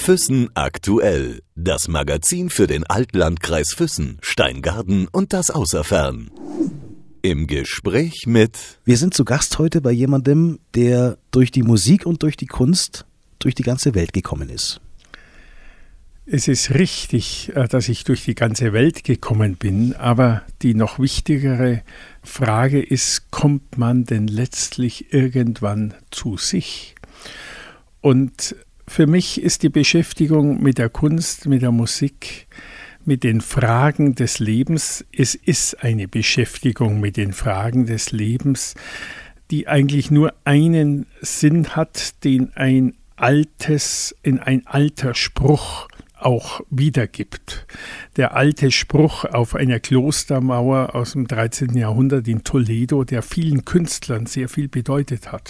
Füssen aktuell. Das Magazin für den Altlandkreis Füssen, Steingarten und das Außerfern. Im Gespräch mit... Wir sind zu Gast heute bei jemandem, der durch die Musik und durch die Kunst durch die ganze Welt gekommen ist. Es ist richtig, dass ich durch die ganze Welt gekommen bin, aber die noch wichtigere Frage ist, kommt man denn letztlich irgendwann zu sich? Und für mich ist die Beschäftigung mit der Kunst, mit der Musik, mit den Fragen des Lebens, es ist eine Beschäftigung mit den Fragen des Lebens, die eigentlich nur einen Sinn hat, den ein alter Spruch auch wiedergibt. Der alte Spruch auf einer Klostermauer aus dem 13. Jahrhundert in Toledo, der vielen Künstlern sehr viel bedeutet hat.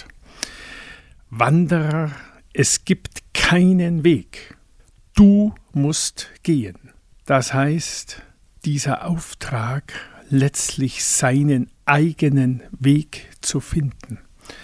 Wanderer, es gibt keinen Weg. Du musst gehen. Das heißt, dieser Auftrag, letztlich seinen eigenen Weg zu finden.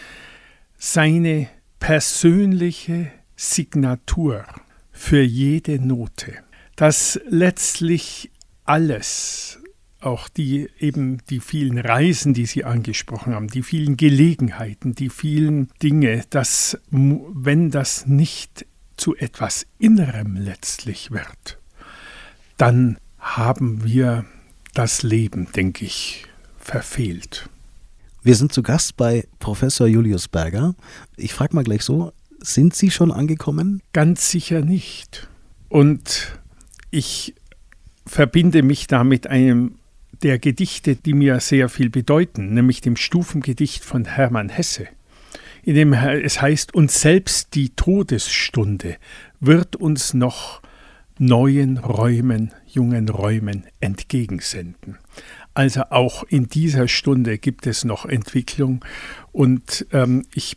Seine persönliche Signatur für jede Note. Dass letztlich alles, auch die vielen Reisen, die Sie angesprochen haben, die vielen Gelegenheiten, die vielen Dinge, dass wenn das nicht zu etwas Innerem letztlich wird, dann haben wir das Leben, denke ich, verfehlt. Wir sind zu Gast bei Professor Julius Berger. Ich frage mal gleich so, sind Sie schon angekommen? Ganz sicher nicht. Und ich verbinde mich da mit einem der Gedichte, die mir sehr viel bedeuten, nämlich dem Stufengedicht von Hermann Hesse, in dem es heißt, und selbst die Todesstunde wird uns noch neuen Räumen, jungen Räumen entgegensenden. Also auch in dieser Stunde gibt es noch Entwicklung und ich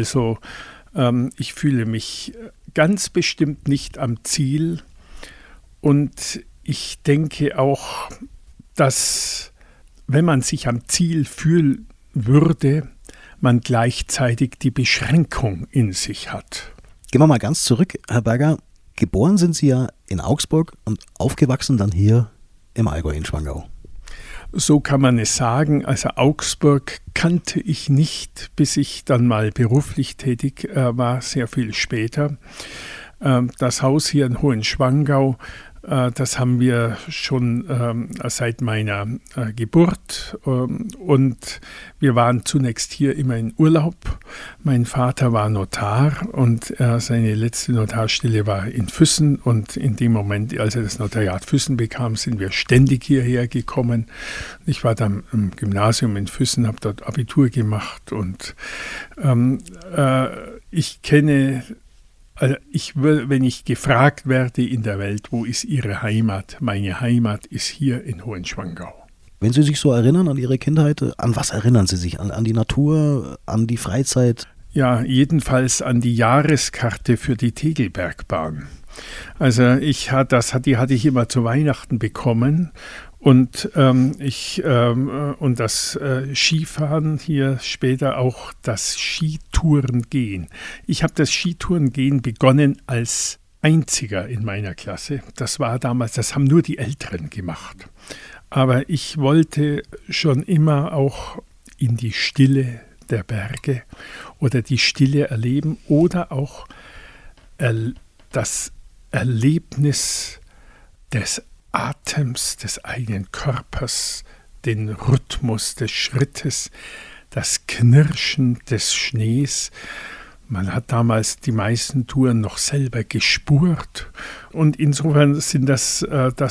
fühle mich ganz bestimmt nicht am Ziel und ich denke auch, dass wenn man sich am Ziel fühlen würde, man gleichzeitig die Beschränkung in sich hat. Gehen wir mal ganz zurück, Herr Berger. Geboren sind Sie ja in Augsburg und aufgewachsen dann hier im Allgäu in Schwangau. So kann man es sagen. Also Augsburg kannte ich nicht, bis ich dann mal beruflich tätig war, sehr viel später. Das Haus hier in Hohenschwangau, das haben wir schon seit meiner Geburt und wir waren zunächst hier immer in Urlaub. Mein Vater war Notar und seine letzte Notarstelle war in Füssen und in dem Moment, als er das Notariat Füssen bekam, sind wir ständig hierher gekommen. Ich war dann im Gymnasium in Füssen, habe dort Abitur gemacht und ich kenne... Also wenn ich gefragt werde in der Welt, wo ist Ihre Heimat? Meine Heimat ist hier in Hohenschwangau. Wenn Sie sich so erinnern an Ihre Kindheit, an was erinnern Sie sich? An die Natur, an die Freizeit? Ja, jedenfalls an die Jahreskarte für die Tegelbergbahn. Also die hatte ich immer zu Weihnachten bekommen. Und das Skifahren hier später auch das Skitourengehen. Ich habe das Skitourengehen begonnen als einziger in meiner Klasse. Das war damals, das haben nur die Älteren gemacht. Aber ich wollte schon immer auch in die Stille der Berge oder die Stille erleben oder auch das Erlebnis des Atems des eigenen Körpers, den Rhythmus des Schrittes, das Knirschen des Schnees. Man hat damals die meisten Touren noch selber gespurt und insofern sind das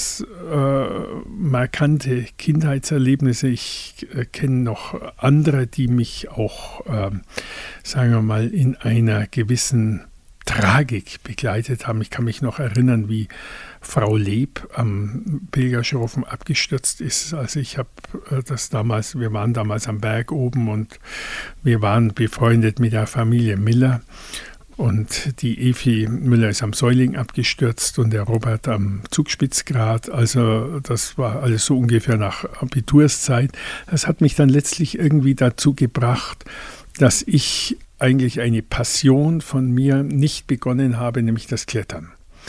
markante Kindheitserlebnisse. Ich kenne noch andere, die mich auch, sagen wir mal, in einer gewissen Tragik begleitet haben. Ich kann mich noch erinnern, wie Frau Leb am Pilgerschrofen abgestürzt ist. Also wir waren damals am Berg oben und wir waren befreundet mit der Familie Miller und die Evi Müller ist am Säuling abgestürzt und der Robert am Zugspitzgrat. Also das war alles so ungefähr nach Abiturszeit. Das hat mich dann letztlich irgendwie dazu gebracht, dass ich eigentlich eine Passion von mir nicht begonnen habe, nämlich das Klettern.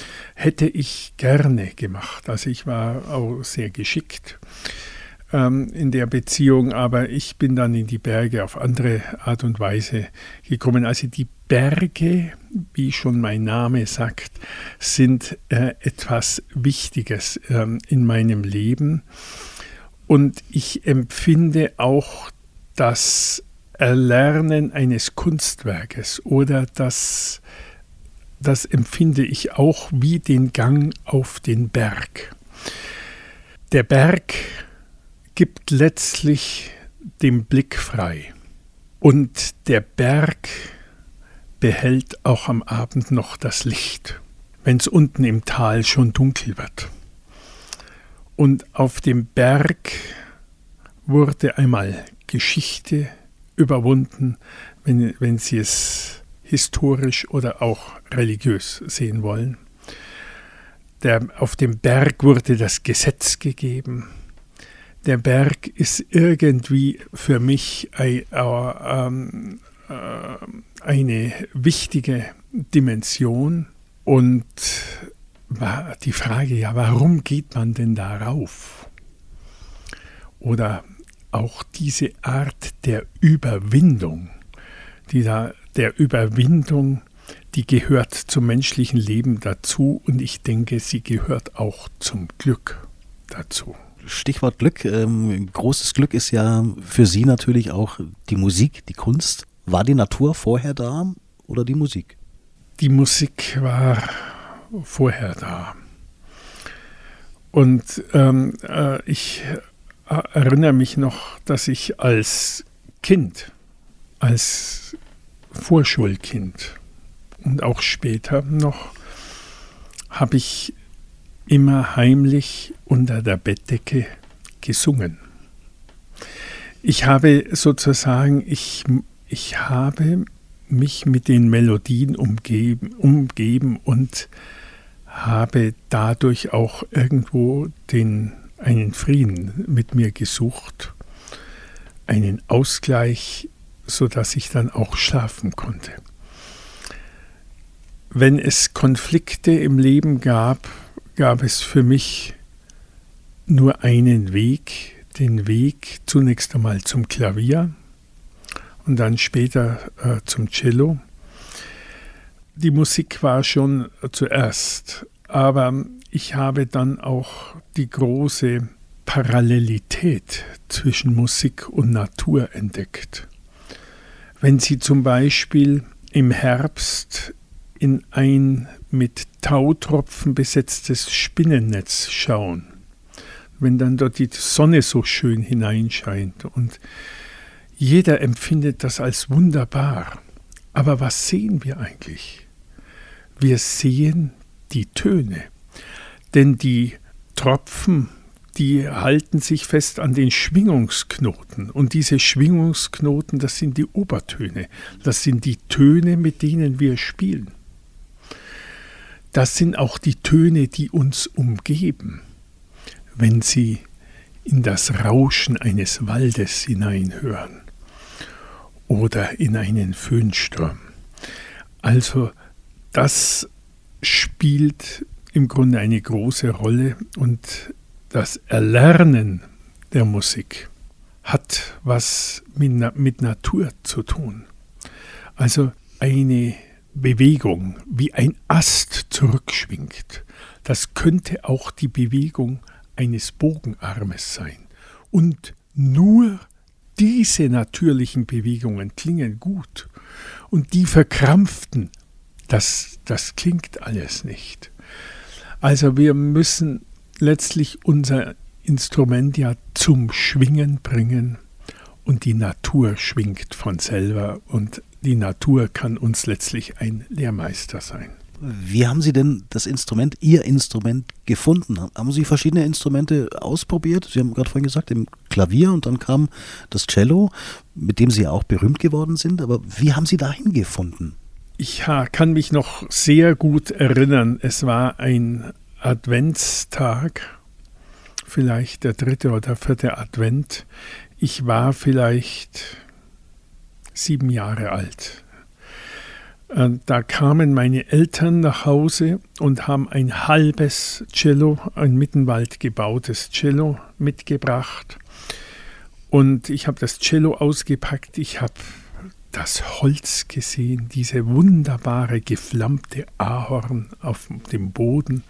hätte ich gerne gemacht. Also ich war auch sehr geschickt in der Beziehung, aber ich bin dann in die Berge auf andere Art und Weise gekommen. Also die Berge, wie schon mein Name sagt, sind etwas Wichtiges in meinem Leben. Und ich empfinde auch das Erlernen eines Kunstwerkes oder das empfinde ich auch wie den Gang auf den Berg. Der Berg gibt letztlich den Blick frei und der Berg behält auch am Abend noch das Licht, wenn es unten im Tal schon dunkel wird. Und auf dem Berg wurde einmal Geschichte überwunden, wenn Sie es historisch oder auch religiös sehen wollen. Auf dem Berg wurde das Gesetz gegeben. Der Berg ist irgendwie für mich eine wichtige Dimension. Und die Frage, ja, warum geht man denn da rauf? Oder auch diese Art der Überwindung, die gehört zum menschlichen Leben dazu und ich denke, sie gehört auch zum Glück dazu. Stichwort Glück. Großes Glück ist ja für Sie natürlich auch die Musik, die Kunst. War die Natur vorher da oder die Musik? Die Musik war vorher da. Und ich erinnere mich noch, dass ich als Kind, als Vorschulkind und auch später noch, habe ich immer heimlich unter der Bettdecke gesungen. Ich habe sozusagen, ich habe mich mit den Melodien umgeben und habe dadurch auch irgendwo einen Frieden mit mir gesucht, einen Ausgleich, sodass ich dann auch schlafen konnte. Wenn es Konflikte im Leben gab es für mich nur einen Weg, den Weg zunächst einmal zum Klavier und dann später zum Cello. Die Musik war schon zuerst, aber ich habe dann auch die große Parallelität zwischen Musik und Natur entdeckt. Wenn Sie zum Beispiel im Herbst in ein mit Tautropfen besetztes Spinnennetz schauen, wenn dann dort die Sonne so schön hineinscheint und jeder empfindet das als wunderbar. Aber was sehen wir eigentlich? Wir sehen die Töne, denn die Tropfen, die halten sich fest an den Schwingungsknoten und diese Schwingungsknoten, das sind die Obertöne, das sind die Töne, mit denen wir spielen. Das sind auch die Töne, die uns umgeben, wenn Sie in das Rauschen eines Waldes hineinhören oder in einen Föhnsturm. Also das spielt im Grunde eine große Rolle und das Erlernen der Musik hat was mit Natur zu tun. Also eine Bewegung, wie ein Ast zurückschwingt, das könnte auch die Bewegung eines Bogenarmes sein. Und nur diese natürlichen Bewegungen klingen gut. Und die verkrampften, das klingt alles nicht. Also wir müssen letztlich unser Instrument ja zum Schwingen bringen und die Natur schwingt von selber und die Natur kann uns letztlich ein Lehrmeister sein. Wie haben Sie denn Ihr Instrument gefunden? Haben Sie verschiedene Instrumente ausprobiert? Sie haben gerade vorhin gesagt, im Klavier und dann kam das Cello, mit dem Sie auch berühmt geworden sind. Aber wie haben Sie dahin gefunden? Ich kann mich noch sehr gut erinnern. Es war ein Adventstag, vielleicht der 3. oder 4. Advent. Ich war vielleicht 7 Jahre alt. Da kamen meine Eltern nach Hause und haben ein halbes Cello, ein Mittenwald gebautes Cello mitgebracht. Und ich habe das Cello ausgepackt, ich habe das Holz gesehen, diese wunderbare geflammte Ahorn auf dem Boden,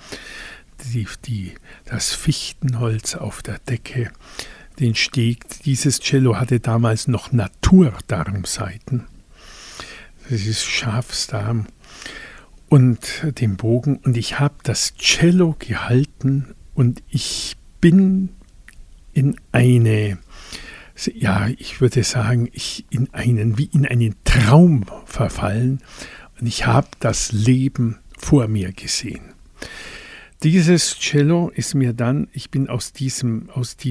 das Fichtenholz auf der Decke, den Steg. Dieses Cello hatte damals noch Naturdarmsaiten. Das ist Schafsdarm und den Bogen. Und ich habe das Cello gehalten und ich bin in eine, ja, ich würde sagen, wie in einen Traum verfallen. Und ich habe das Leben vor mir gesehen. Dieses Cello ist mir dann, ich bin aus diesem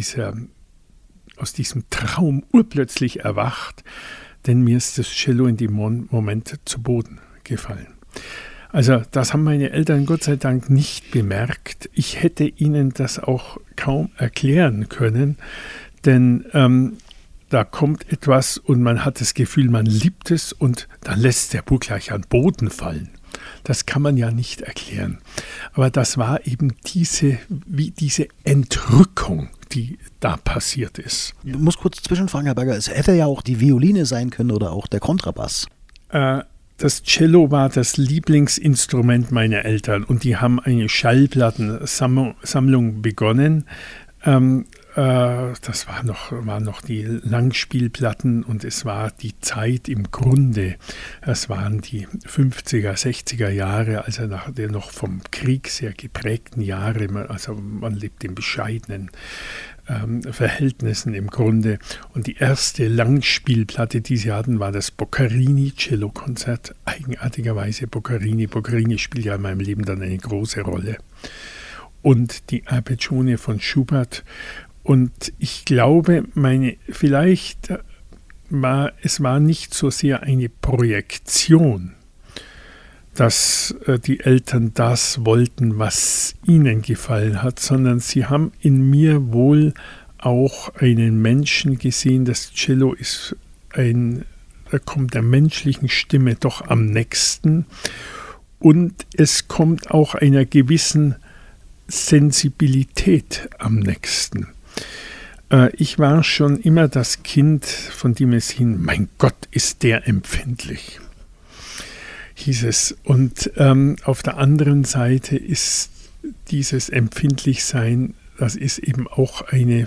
Traum urplötzlich erwacht, denn mir ist das Cello in dem Moment zu Boden gefallen. Also das haben meine Eltern Gott sei Dank nicht bemerkt. Ich hätte ihnen das auch kaum erklären können, denn da kommt etwas und man hat das Gefühl, man liebt es und dann lässt der Bub gleich an den Boden fallen. Das kann man ja nicht erklären. Aber das war eben diese Entrückung, die da passiert ist. Ich muss kurz zwischenfragen, Herr Berger, es hätte ja auch die Violine sein können oder auch der Kontrabass. Das Cello war das Lieblingsinstrument meiner Eltern und die haben eine Schallplattensammlung begonnen. Das waren noch die Langspielplatten und es war die Zeit im Grunde. Es waren die 50er, 60er Jahre, also nach der noch vom Krieg sehr geprägten Jahre. Also man lebt in bescheidenen Verhältnissen im Grunde. Und die erste Langspielplatte, die sie hatten, war das Boccherini-Cello-Konzert. Eigenartigerweise Boccherini. Boccherini spielt ja in meinem Leben dann eine große Rolle. Und die Arpeggione von Schubert. Und ich glaube, es war nicht so sehr eine Projektion, dass die Eltern das wollten, was ihnen gefallen hat, sondern sie haben in mir wohl auch einen Menschen gesehen. Das Cello da kommt der menschlichen Stimme doch am nächsten. Und es kommt auch einer gewissen Sensibilität am nächsten. Ich war schon immer das Kind, von dem es hin, mein Gott, ist der empfindlich, hieß es. Und auf der anderen Seite ist dieses Empfindlichsein, das ist eben auch eine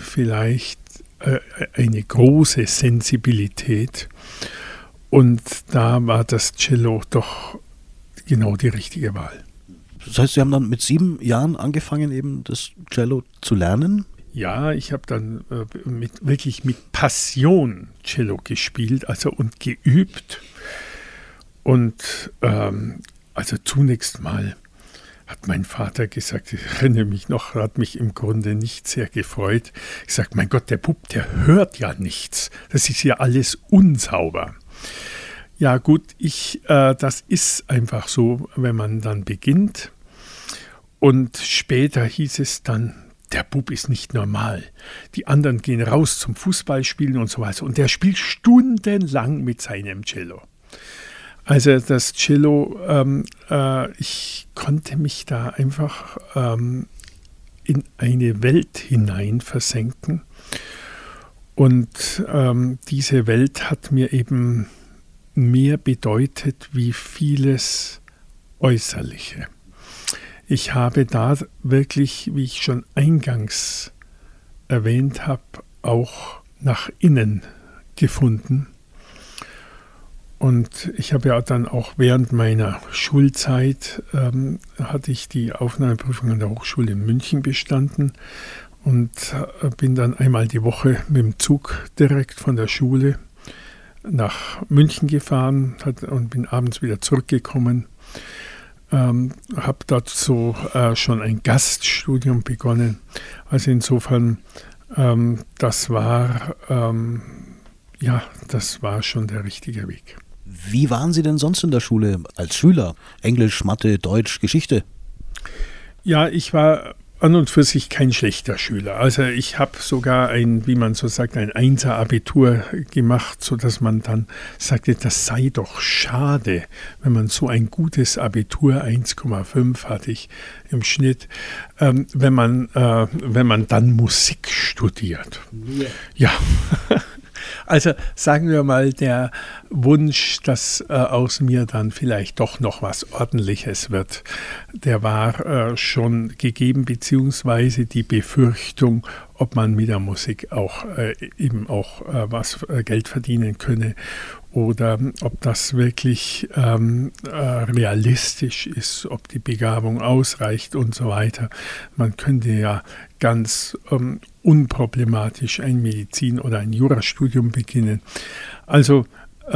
große Sensibilität. Und da war das Cello doch genau die richtige Wahl. Das heißt, Sie haben dann mit 7 Jahren angefangen, eben das Cello zu lernen? Ja, ich habe dann wirklich mit Passion Cello gespielt, und geübt. Und also zunächst mal hat mein Vater gesagt, ich erinnere mich noch, hat mich im Grunde nicht sehr gefreut. Ich sage, mein Gott, der Bub, der hört ja nichts. Das ist ja alles unsauber. Ja gut, das ist einfach so, wenn man dann beginnt. Und später hieß es dann, der Bub ist nicht normal. Die anderen gehen raus zum Fußballspielen und so weiter. Und der spielt stundenlang mit seinem Cello. Also das Cello, ich konnte mich da einfach in eine Welt hinein versenken. Und diese Welt hat mir eben mehr bedeutet wie vieles Äußerliche. Ich habe da wirklich, wie ich schon eingangs erwähnt habe, auch nach innen gefunden. Und ich habe ja dann auch während meiner Schulzeit, hatte ich die Aufnahmeprüfung an der Hochschule in München bestanden und bin dann einmal die Woche mit dem Zug direkt von der Schule nach München gefahren und bin abends wieder zurückgekommen. Habe dort so schon ein Gaststudium begonnen. Also insofern, das war schon der richtige Weg. Wie waren Sie denn sonst in der Schule als Schüler? Englisch, Mathe, Deutsch, Geschichte? Ja, ich war an und für sich kein schlechter Schüler. Also ich habe sogar ein, wie man so sagt, ein 1er-Abitur gemacht, sodass man dann sagte, das sei doch schade, wenn man so ein gutes Abitur, 1,5 hatte ich im Schnitt, wenn man dann Musik studiert. Ja. Also sagen wir mal, der Wunsch, dass aus mir dann vielleicht doch noch was Ordentliches wird, der war schon gegeben, beziehungsweise die Befürchtung, ob man mit der Musik auch was Geld verdienen könne oder ob das wirklich realistisch ist, ob die Begabung ausreicht und so weiter. Man könnte ja ganz unproblematisch ein Medizin- oder ein Jurastudium beginnen. Also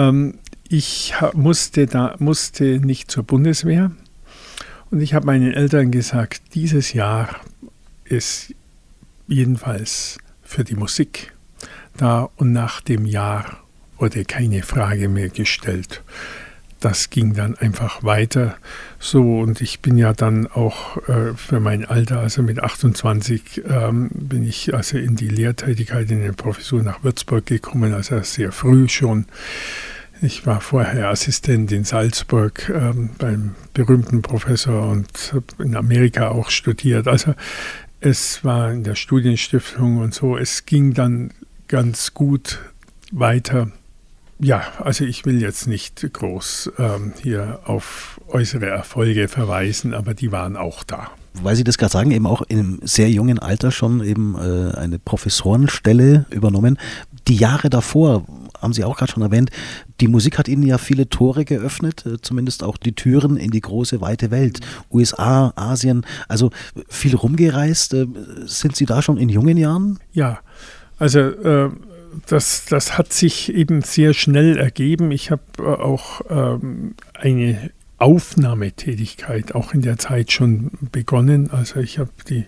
ich musste nicht zur Bundeswehr und ich habe meinen Eltern gesagt, dieses Jahr ist jedenfalls für die Musik da und nach dem Jahr wurde keine Frage mehr gestellt. Das ging dann einfach weiter so und ich bin ja dann auch für mein Alter, also mit 28, bin ich also in die Lehrtätigkeit in der Professur nach Würzburg gekommen, also sehr früh schon. Ich war vorher Assistent in Salzburg beim berühmten Professor und habe in Amerika auch studiert. Also es war in der Studienstiftung und so. Es ging dann ganz gut weiter. Ja, also ich will jetzt nicht groß hier auf äußere Erfolge verweisen, aber die waren auch da. Weil Sie das gerade sagen, eben auch im sehr jungen Alter schon eben eine Professorenstelle übernommen. Die Jahre davor, haben Sie auch gerade schon erwähnt, die Musik hat Ihnen ja viele Tore geöffnet, zumindest auch die Türen in die große, weite Welt. USA, Asien, also viel rumgereist. Sind Sie da schon in jungen Jahren? Ja, also das hat sich eben sehr schnell ergeben. Ich habe auch eine Aufnahmetätigkeit auch in der Zeit schon begonnen. Also ich habe die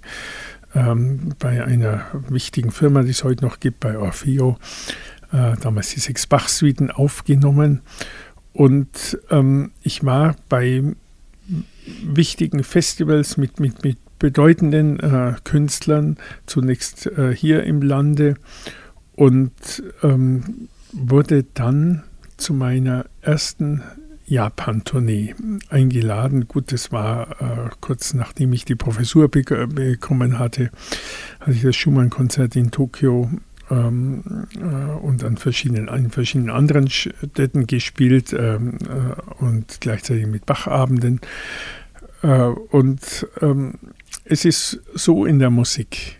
bei einer wichtigen Firma, die es heute noch gibt, bei Orfeo, damals die 6 Bach-Suiten aufgenommen. Und ich war bei wichtigen Festivals mit bedeutenden Künstlern, zunächst hier im Lande, und wurde dann zu meiner ersten Japan-Tournee eingeladen. Gut, das war kurz nachdem ich die Professur bekommen hatte, hatte ich das Schumann-Konzert in Tokio und in verschiedenen anderen Städten gespielt und gleichzeitig mit Bachabenden. Und es ist so in der Musik.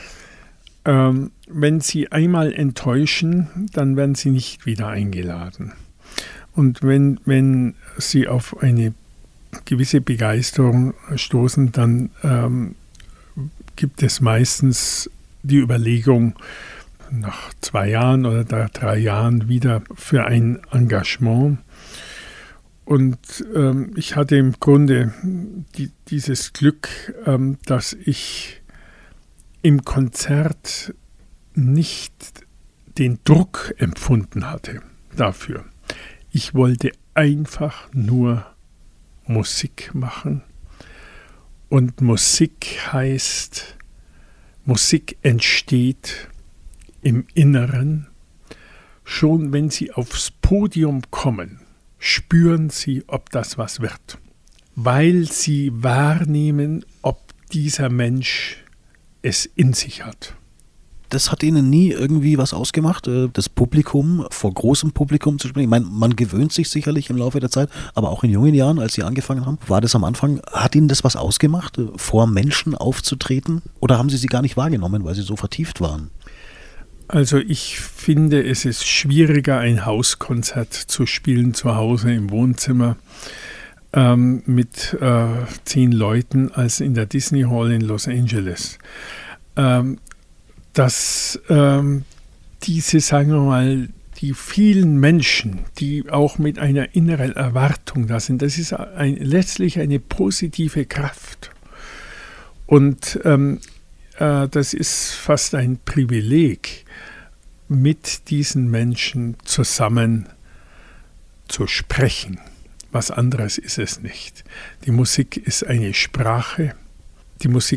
Wenn Sie einmal enttäuschen, dann werden Sie nicht wieder eingeladen. Und wenn Sie auf eine gewisse Begeisterung stoßen, dann gibt es meistens die Überlegung, nach 2 Jahren oder 3 Jahren wieder für ein Engagement. Und ich hatte im Grunde dieses Glück, dass ich im Konzert nicht den Druck empfunden hatte dafür. Ich wollte einfach nur Musik machen. Und Musik heißt, Musik entsteht im Inneren. Schon wenn Sie aufs Podium kommen, spüren Sie, ob das was wird. Weil Sie wahrnehmen, ob dieser Mensch es in sich hat. Das hat Ihnen nie irgendwie was ausgemacht, das Publikum, vor großem Publikum zu spielen? Ich meine, man gewöhnt sich sicherlich im Laufe der Zeit, aber auch in jungen Jahren, als Sie angefangen haben, war das am Anfang, hat Ihnen das was ausgemacht, vor Menschen aufzutreten? Oder haben Sie sie gar nicht wahrgenommen, weil Sie so vertieft waren? Also ich finde, es ist schwieriger, ein Hauskonzert zu spielen zu Hause im Wohnzimmer mit 10 Leuten als in der Disney Hall in Los Angeles. Dass diese, sagen wir mal, die vielen Menschen, die auch mit einer inneren Erwartung da sind, das ist letztlich eine positive Kraft. Und das ist fast ein Privileg, mit diesen Menschen zusammen zu sprechen. Was anderes ist es nicht. Die Musik ist eine Sprache. Die Musik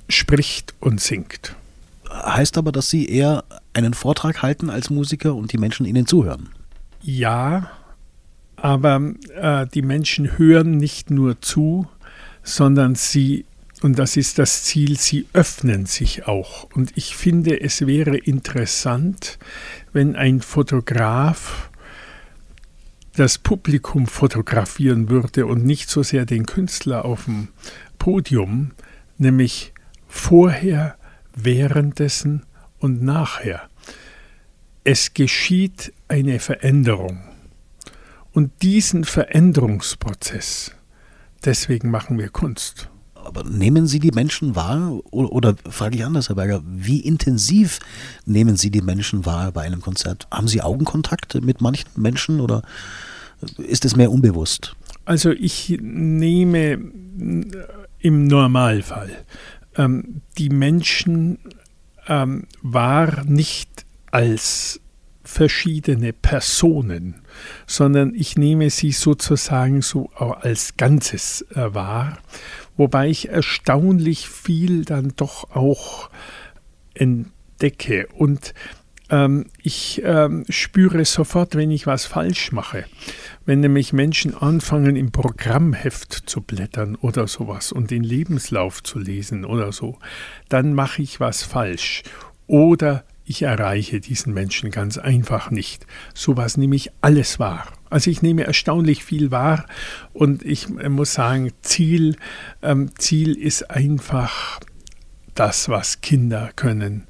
spricht und singt. Heißt aber, dass Sie eher einen Vortrag halten als Musiker und die Menschen Ihnen zuhören? Ja, aber die Menschen hören nicht nur zu, sondern sie, und das ist das Ziel, sie öffnen sich auch. Und ich finde, es wäre interessant, wenn ein Fotograf das Publikum fotografieren würde und nicht so sehr den Künstler auf dem Podium, nämlich vorher, währenddessen und nachher. Es geschieht eine Veränderung. Und diesen Veränderungsprozess, deswegen machen wir Kunst. Aber nehmen Sie die Menschen wahr? Oder frage ich anders, Herr Berger, wie intensiv nehmen Sie die Menschen wahr bei einem Konzert? Haben Sie Augenkontakt mit manchen Menschen oder ist es mehr unbewusst? Also ich nehme im Normalfall die Menschen wahr nicht als verschiedene Personen, sondern ich nehme sie sozusagen so als Ganzes wahr, wobei ich erstaunlich viel dann doch auch entdecke und ich spüre sofort, wenn ich was falsch mache. Wenn nämlich Menschen anfangen, im Programmheft zu blättern oder sowas und den Lebenslauf zu lesen oder so, dann mache ich was falsch. Oder ich erreiche diesen Menschen ganz einfach nicht. Sowas nehme ich alles wahr. Also ich nehme erstaunlich viel wahr und ich muss sagen, Ziel ist einfach das, was Kinder können,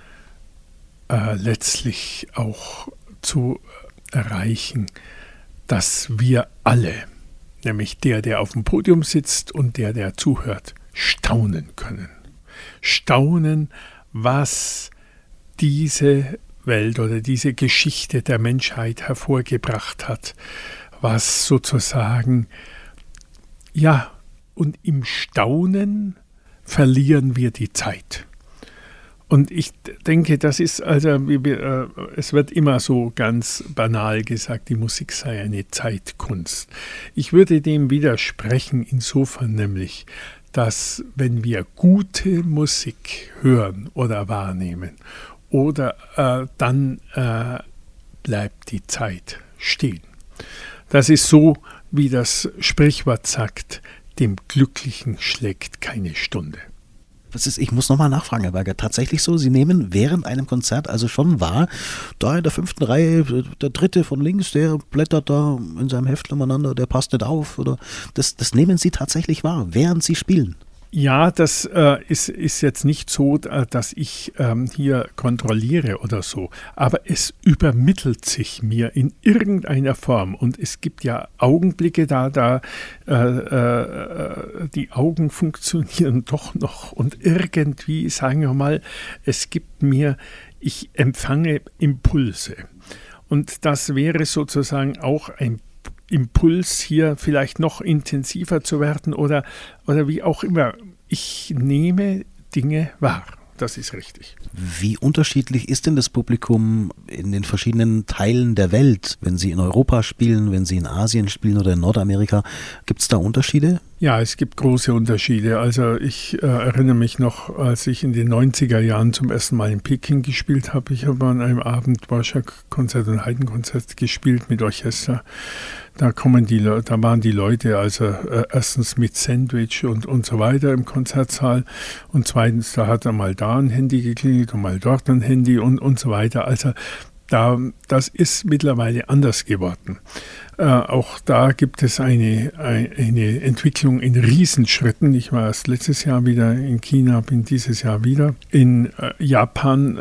letztlich auch zu erreichen, dass wir alle, nämlich der auf dem Podium sitzt und der zuhört, staunen können. Staunen, was diese Welt oder diese Geschichte der Menschheit hervorgebracht hat, was sozusagen, ja, und im Staunen verlieren wir die Zeit. Und ich denke, das ist, also es wird immer so ganz banal gesagt, die Musik sei eine Zeitkunst. Ich würde dem widersprechen, insofern nämlich, dass wenn wir gute Musik hören oder wahrnehmen, oder dann bleibt die Zeit stehen. Das ist so, wie das Sprichwort sagt, dem Glücklichen schlägt keine Stunde. Ich muss nochmal nachfragen, Herr Berger. Tatsächlich so, Sie nehmen während einem Konzert also schon wahr, da in der 5. Reihe, der Dritte von links, der blättert da in seinem Heft umeinander, der passt nicht auf. Oder das nehmen Sie tatsächlich wahr, während Sie spielen? Ja, das ist jetzt nicht so, dass ich hier kontrolliere oder so, aber es übermittelt sich mir in irgendeiner Form und es gibt ja Augenblicke, da die Augen funktionieren doch noch und irgendwie, sagen wir mal, ich empfange Impulse und das wäre sozusagen auch ein Impuls, hier vielleicht noch intensiver zu werden oder wie auch immer. Ich nehme Dinge wahr. Das ist richtig. Wie unterschiedlich ist denn das Publikum in den verschiedenen Teilen der Welt? Wenn Sie in Europa spielen, wenn Sie in Asien spielen oder in Nordamerika, gibt es da Unterschiede? Ja, es gibt große Unterschiede. Also ich erinnere mich noch, als ich in den 90er Jahren zum ersten Mal in Peking gespielt habe. Ich habe an einem Abend Dvorak-Konzert und Haydn-Konzert gespielt mit Orchester. Da waren die Leute also erstens mit Sandwich und so weiter im Konzertsaal und zweitens, da hat mal da ein Handy geklingelt und mal dort ein Handy und so weiter. Also das ist mittlerweile anders geworden. Auch da gibt es eine Entwicklung in Riesenschritten. Ich war erst letztes Jahr wieder in China, bin dieses Jahr wieder. In Japan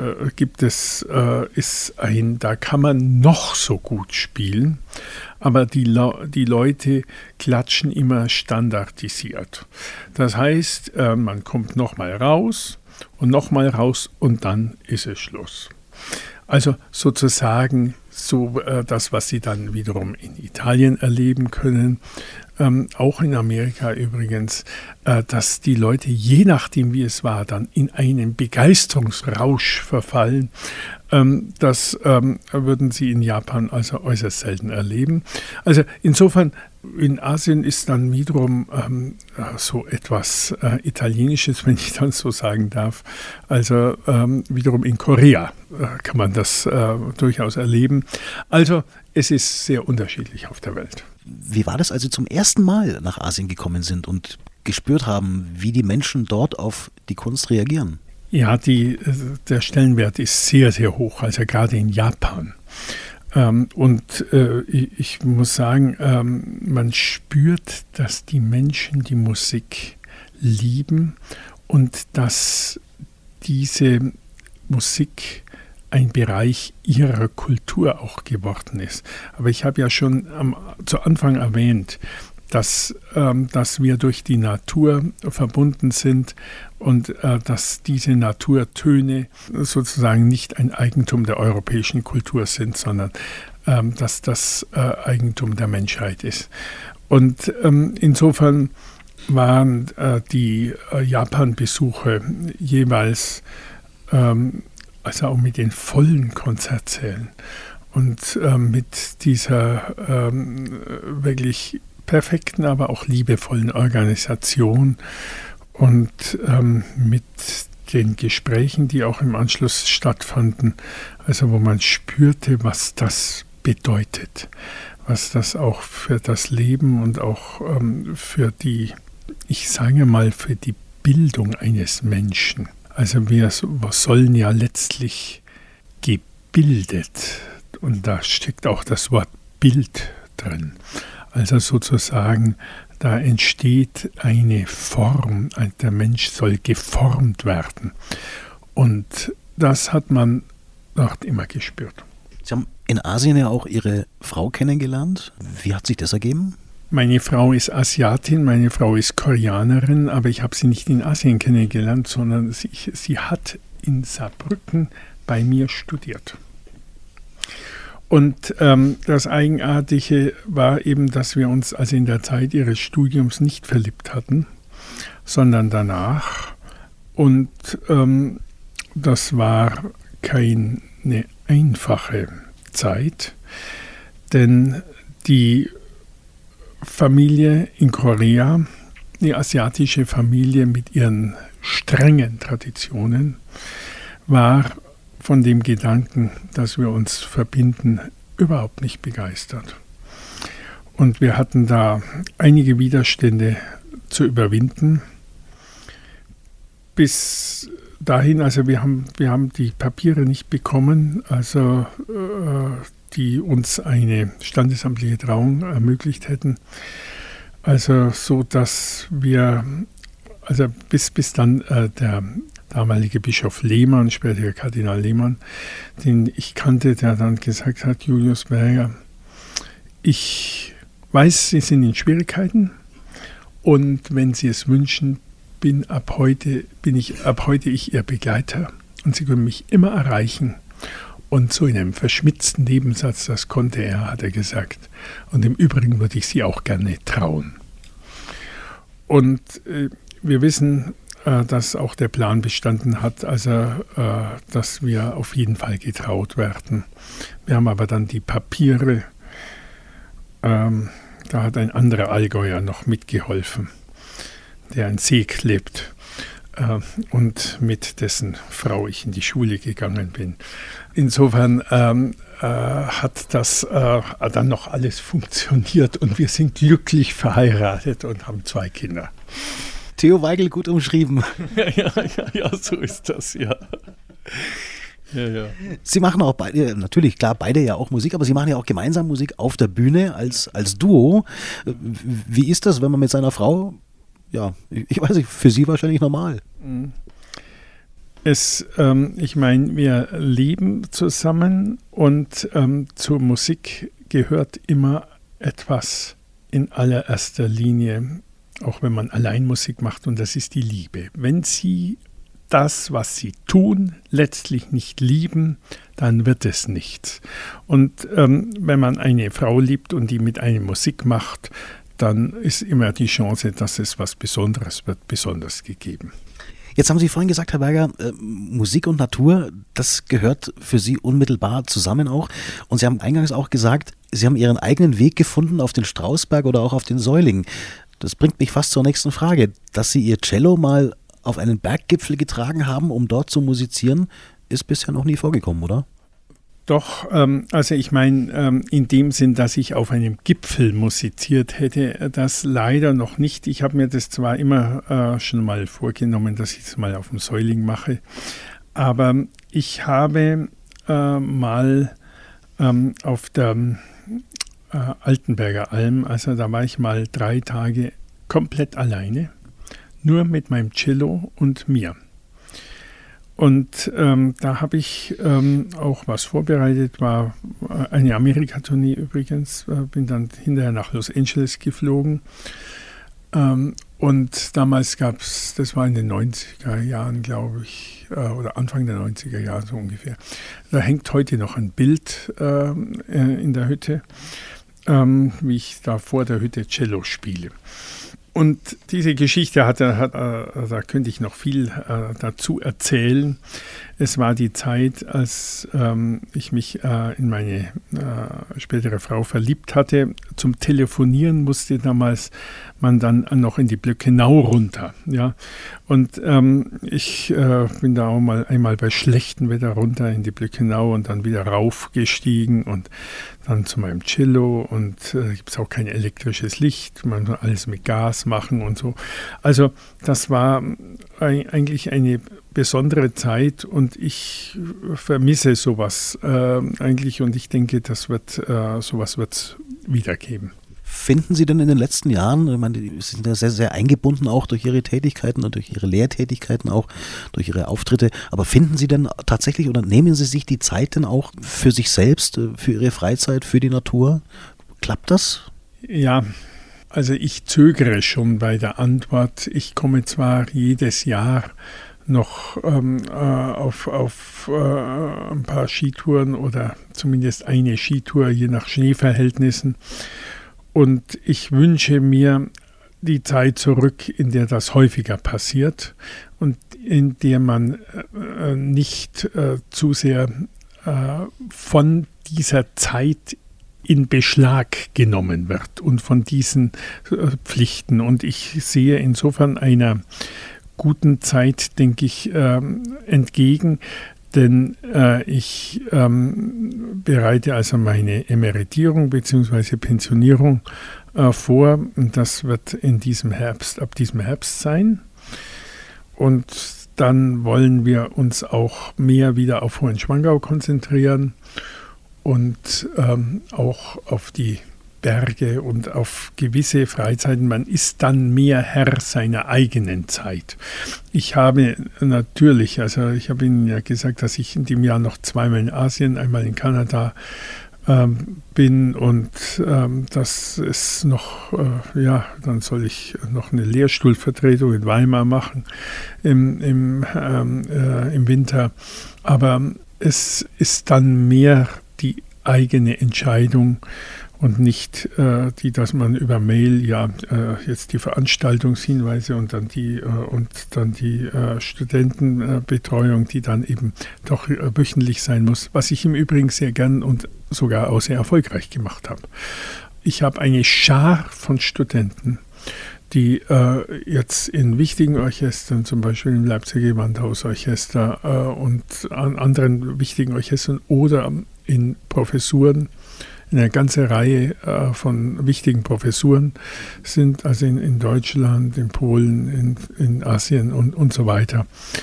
da kann man noch so gut spielen, aber die Leute klatschen immer standardisiert. Das heißt, man kommt nochmal raus und dann ist es Schluss. Also sozusagen das, was Sie dann wiederum in Italien erleben können, auch in Amerika übrigens, dass die Leute, je nachdem wie es war, dann in einen Begeisterungsrausch verfallen Das würden Sie in Japan also äußerst selten erleben. Also insofern, in Asien ist dann wiederum so etwas Italienisches, wenn ich das so sagen darf. Also wiederum in Korea kann man das durchaus erleben. Also es ist sehr unterschiedlich auf der Welt. Wie war das, als Sie zum ersten Mal nach Asien gekommen sind und gespürt haben, wie die Menschen dort auf die Kunst reagieren? Ja, der Stellenwert ist sehr, sehr hoch, also gerade in Japan. Ich muss sagen, man spürt, dass die Menschen die Musik lieben und dass diese Musik ein Bereich ihrer Kultur auch geworden ist. Aber ich habe ja schon zu Anfang erwähnt, dass wir durch die Natur verbunden sind und dass diese Naturtöne sozusagen nicht ein Eigentum der europäischen Kultur sind, sondern dass das Eigentum der Menschheit ist. Und insofern waren die Japan-Besuche jeweils also auch mit den vollen Konzertsälen und mit dieser wirklich perfekten, aber auch liebevollen Organisation und mit den Gesprächen, die auch im Anschluss stattfanden, also wo man spürte, was das bedeutet, was das auch für das Leben und auch für die, ich sage mal, für die Bildung eines Menschen. Also wir sollen ja letztlich gebildet, und da steckt auch das Wort Bild drin. Also sozusagen, da entsteht eine Form, der Mensch soll geformt werden. Und das hat man dort immer gespürt. Sie haben in Asien ja auch Ihre Frau kennengelernt. Wie hat sich das ergeben? Meine Frau ist Asiatin, meine Frau ist Koreanerin, aber ich habe sie nicht in Asien kennengelernt, sondern sie hat in Saarbrücken bei mir studiert. Und das Eigenartige war eben, dass wir uns also in der Zeit ihres Studiums nicht verliebt hatten, sondern danach. Und das war keine einfache Zeit, denn die Familie in Korea, die asiatische Familie mit ihren strengen Traditionen, war von dem Gedanken, dass wir uns verbinden, überhaupt nicht begeistert. Und wir hatten da einige Widerstände zu überwinden. Bis dahin, also wir haben die Papiere nicht bekommen, also die uns eine standesamtliche Trauung ermöglicht hätten. Also so, dass wir, also bis dann der damalige Bischof Lehmann, später Kardinal Lehmann, den ich kannte, der dann gesagt hat, Julius Berger, ich weiß, Sie sind in Schwierigkeiten und wenn Sie es wünschen, bin ich ab heute Ihr Begleiter und Sie können mich immer erreichen. Und so in einem verschmitzten Nebensatz, das konnte er, hat er gesagt. Und im Übrigen würde ich Sie auch gerne trauen. Und wir wissen, dass auch der Plan bestanden hat, also dass wir auf jeden Fall getraut werden. Wir haben aber dann die Papiere, da hat ein anderer Allgäuer noch mitgeholfen, der in Seeg lebt und mit dessen Frau ich in die Schule gegangen bin. Insofern hat das dann noch alles funktioniert und wir sind glücklich verheiratet und haben 2 Kinder. Theo Weigel, gut umschrieben. Ja, so ist das, ja. Ja. Sie machen auch beide, natürlich, klar, beide ja auch Musik, aber Sie machen ja auch gemeinsam Musik auf der Bühne als Duo. Wie ist das, wenn man mit seiner Frau, ja, ich weiß nicht, für Sie wahrscheinlich normal? Ich meine, wir leben zusammen und zur Musik gehört immer etwas in allererster Linie, auch wenn man allein Musik macht, und das ist die Liebe. Wenn Sie das, was Sie tun, letztlich nicht lieben, dann wird es nichts. Und wenn man eine Frau liebt und die mit einem Musik macht, dann ist immer die Chance, dass es was Besonderes wird, besonders gegeben. Jetzt haben Sie vorhin gesagt, Herr Berger, Musik und Natur, das gehört für Sie unmittelbar zusammen auch. Und Sie haben eingangs auch gesagt, Sie haben Ihren eigenen Weg gefunden auf den Strausberg oder auch auf den Säuling. Das bringt mich fast zur nächsten Frage. Dass Sie Ihr Cello mal auf einen Berggipfel getragen haben, um dort zu musizieren, ist bisher noch nie vorgekommen, oder? Doch, also ich meine, in dem Sinn, dass ich auf einem Gipfel musiziert hätte, das leider noch nicht. Ich habe mir das zwar immer schon mal vorgenommen, dass ich es mal auf dem Säuling mache, aber ich habe mal auf der Altenberger Alm, also da war ich mal 3 Tage komplett alleine, nur mit meinem Cello und mir. Und da habe ich auch was vorbereitet, war eine Amerika-Tournee übrigens, bin dann hinterher nach Los Angeles geflogen. Und damals gab es, das war in den 90er Jahren, glaube ich, oder Anfang der 90er Jahre so ungefähr. Da hängt heute noch ein Bild in der Hütte, wie ich da vor der Hütte Cello spiele. Und diese Geschichte da könnte ich noch viel dazu erzählen. Es war die Zeit, als ich mich in meine spätere Frau verliebt hatte. Zum Telefonieren musste damals man dann noch in die Blöckenau runter. Ja? Und ich bin da auch mal einmal bei schlechtem Wetter runter in die Blöckenau und dann wieder raufgestiegen und dann zu meinem Cello. Und gibt es auch kein elektrisches Licht, man muss alles mit Gas machen und so. Also das war eigentlich eine besondere Zeit und ich vermisse sowas eigentlich und ich denke, sowas wird es wieder geben. Finden Sie denn in den letzten Jahren, ich meine, Sie sind ja sehr, sehr eingebunden auch durch Ihre Tätigkeiten und durch Ihre Lehrtätigkeiten auch, durch Ihre Auftritte, aber finden Sie denn tatsächlich oder nehmen Sie sich die Zeit denn auch für sich selbst, für Ihre Freizeit, für die Natur? Klappt das? Ja, also ich zögere schon bei der Antwort. Ich komme zwar jedes Jahr noch auf ein paar Skitouren oder zumindest eine Skitour, je nach Schneeverhältnissen. Und ich wünsche mir die Zeit zurück, in der das häufiger passiert und in der man nicht zu sehr von dieser Zeit in Beschlag genommen wird und von diesen Pflichten. Und ich sehe insofern einer guten Zeit, denke ich, entgegen, denn ich bereite also meine Emeritierung bzw. Pensionierung vor. Und das wird ab diesem Herbst sein. Und dann wollen wir uns auch mehr wieder auf Hohenschwangau konzentrieren und auch auf die Berge und auf gewisse Freizeiten. Man ist dann mehr Herr seiner eigenen Zeit. Ich habe natürlich, also ich habe Ihnen ja gesagt, dass ich in dem Jahr noch 2-mal in Asien, einmal in Kanada bin und das ist noch, dann soll ich noch eine Lehrstuhlvertretung in Weimar machen im Winter. Aber es ist dann mehr die eigene Entscheidung und nicht dass man über Mail jetzt die Veranstaltungshinweise und dann die Studentenbetreuung, die dann eben doch wöchentlich sein muss, was ich im Übrigen sehr gern und sogar auch sehr erfolgreich gemacht habe. Ich habe eine Schar von Studenten, die jetzt in wichtigen Orchestern, zum Beispiel im Leipziger Gewandhausorchester und an anderen wichtigen Orchestern oder in Professuren, eine ganze Reihe von wichtigen Professuren sind, also in Deutschland, in Polen, in Asien und so weiter.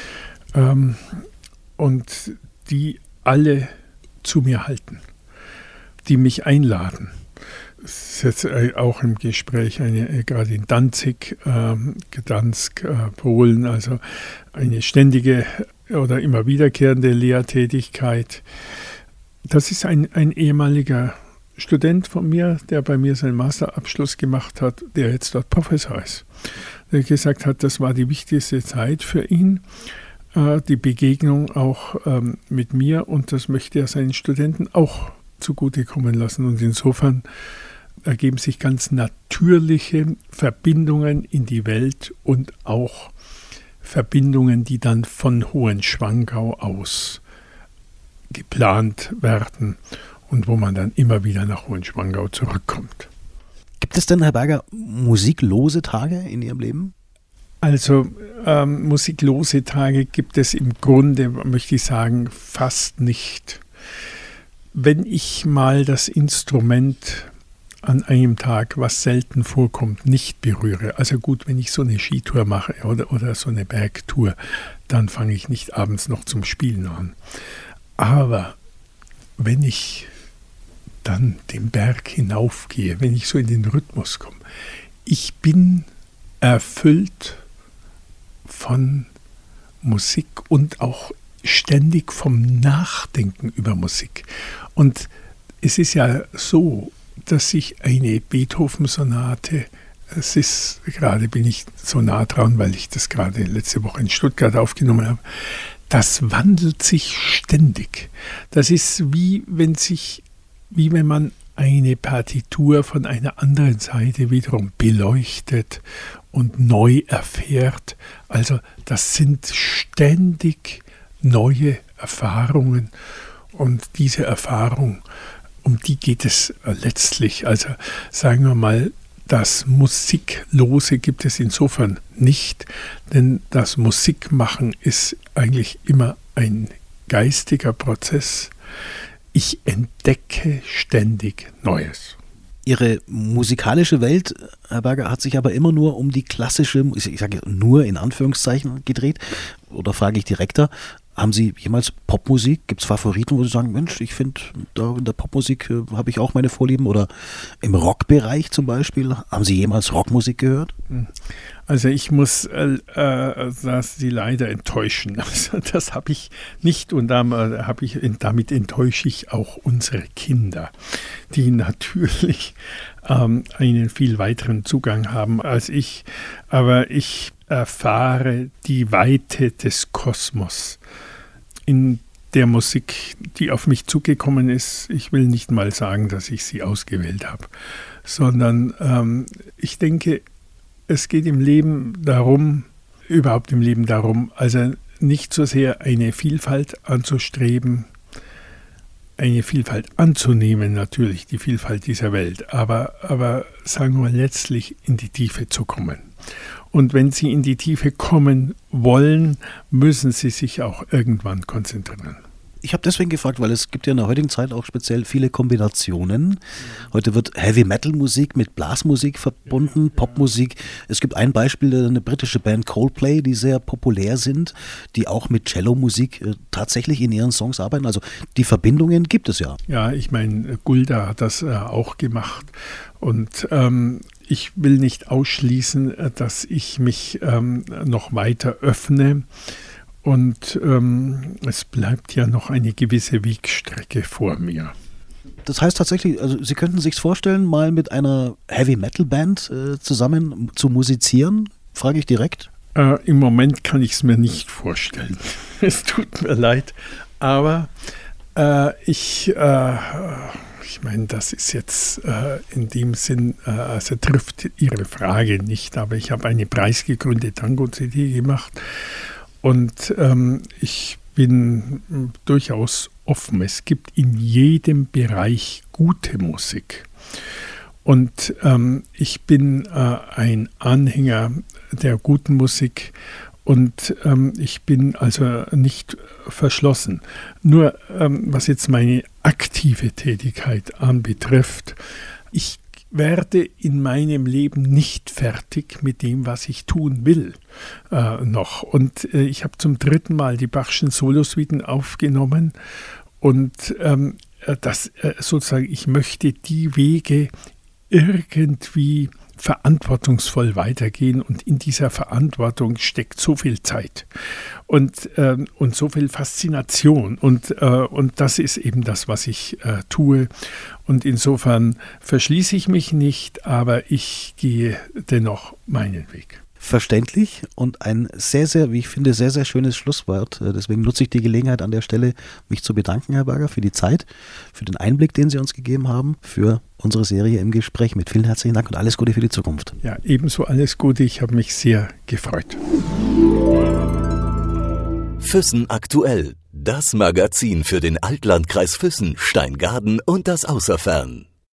Und die alle zu mir halten, die mich einladen. Es ist jetzt auch im Gespräch gerade in Danzig, Gdansk, Polen, also eine ständige oder immer wiederkehrende Lehrtätigkeit. Das ist ein ehemaliger Student von mir, der bei mir seinen Masterabschluss gemacht hat, der jetzt dort Professor ist. Der gesagt hat, das war die wichtigste Zeit für ihn, die Begegnung auch mit mir, und das möchte er seinen Studenten auch zugutekommen lassen. Und insofern ergeben sich ganz natürliche Verbindungen in die Welt und auch Verbindungen, die dann von Hohenschwangau aus geplant werden und wo man dann immer wieder nach Hohenschwangau zurückkommt. Gibt es denn, Herr Berger, musiklose Tage in Ihrem Leben? Also musiklose Tage gibt es im Grunde, möchte ich sagen, fast nicht. Wenn ich mal das Instrument an einem Tag, was selten vorkommt, nicht berühre, also gut, wenn ich so eine Skitour mache oder so eine Bergtour, dann fange ich nicht abends noch zum Spielen an. Aber wenn ich dann den Berg hinaufgehe, wenn ich so in den Rhythmus komme, ich bin erfüllt von Musik und auch ständig vom Nachdenken über Musik. Und es ist ja so, dass ich eine Beethoven-Sonate, es ist, gerade bin ich so nah dran, weil ich das gerade letzte Woche in Stuttgart aufgenommen habe, das wandelt sich ständig. Das ist wie wenn man eine Partitur von einer anderen Seite wiederum beleuchtet und neu erfährt. Also das sind ständig neue Erfahrungen und diese Erfahrung, um die geht es letztlich. Also sagen wir mal, das Musiklose gibt es insofern nicht, denn das Musikmachen ist eigentlich immer ein geistiger Prozess. Ich entdecke ständig Neues. Ihre musikalische Welt, Herr Berger, hat sich aber immer nur um die klassische, ich sage nur in Anführungszeichen, gedreht. Oder frage ich direkter, haben Sie jemals Popmusik? Gibt es Favoriten, wo Sie sagen, Mensch, ich finde, da in der Popmusik habe ich auch meine Vorlieben? Oder im Rockbereich zum Beispiel, haben Sie jemals Rockmusik gehört? Also ich muss Sie leider enttäuschen. Also das habe ich nicht und damit enttäusche ich auch unsere Kinder, die natürlich einen viel weiteren Zugang haben als ich. Aber ich erfahre die Weite des Kosmos in der Musik, die auf mich zugekommen ist. Ich will nicht mal sagen, dass ich sie ausgewählt habe, sondern ich denke, es geht im Leben darum, also nicht so sehr eine Vielfalt anzustreben, eine Vielfalt anzunehmen, natürlich, die Vielfalt dieser Welt, aber sagen wir mal, letztlich in die Tiefe zu kommen. Und wenn Sie in die Tiefe kommen wollen, müssen Sie sich auch irgendwann konzentrieren. Ich habe deswegen gefragt, weil es gibt ja in der heutigen Zeit auch speziell viele Kombinationen. Heute wird Heavy-Metal-Musik mit Blasmusik verbunden, Popmusik. Es gibt ein Beispiel, eine britische Band Coldplay, die sehr populär sind, die auch mit Cello-Musik tatsächlich in ihren Songs arbeiten. Also die Verbindungen gibt es ja. Ja, ich meine, Gulda hat das auch gemacht und ich will nicht ausschließen, dass ich mich noch weiter öffne. Und es bleibt ja noch eine gewisse Wegstrecke vor mir. Das heißt tatsächlich, also Sie könnten sich vorstellen, mal mit einer Heavy-Metal-Band zusammen zu musizieren? Frage ich direkt. Im Moment kann ich es mir nicht vorstellen. Es tut mir leid. Aber ich meine, das ist jetzt in dem Sinn, also trifft Ihre Frage nicht. Aber ich habe eine preisgekrönte Tango-CD gemacht. Und ich bin durchaus offen. Es gibt in jedem Bereich gute Musik. Und ich bin ein Anhänger der guten Musik und ich bin also nicht verschlossen. Nur was jetzt meine aktive Tätigkeit anbetrifft, ich werde in meinem Leben nicht fertig mit dem, was ich tun will, noch. Und ich habe zum 3. Mal die Bachschen Solosuiten aufgenommen und sozusagen, ich möchte die Wege irgendwie verantwortungsvoll weitergehen und in dieser Verantwortung steckt so viel Zeit und so viel Faszination und das ist eben das, was ich tue und insofern verschließe ich mich nicht, aber ich gehe dennoch meinen Weg. Verständlich und ein sehr, sehr, wie ich finde, sehr, sehr schönes Schlusswort. Deswegen nutze ich die Gelegenheit an der Stelle, mich zu bedanken, Herr Berger, für die Zeit, für den Einblick, den Sie uns gegeben haben, für unsere Serie im Gespräch mit. Vielen herzlichen Dank und alles Gute für die Zukunft. Ja, ebenso alles Gute. Ich habe mich sehr gefreut. Füssen aktuell. Das Magazin für den Altlandkreis Füssen, Steingaden und das Außerfern.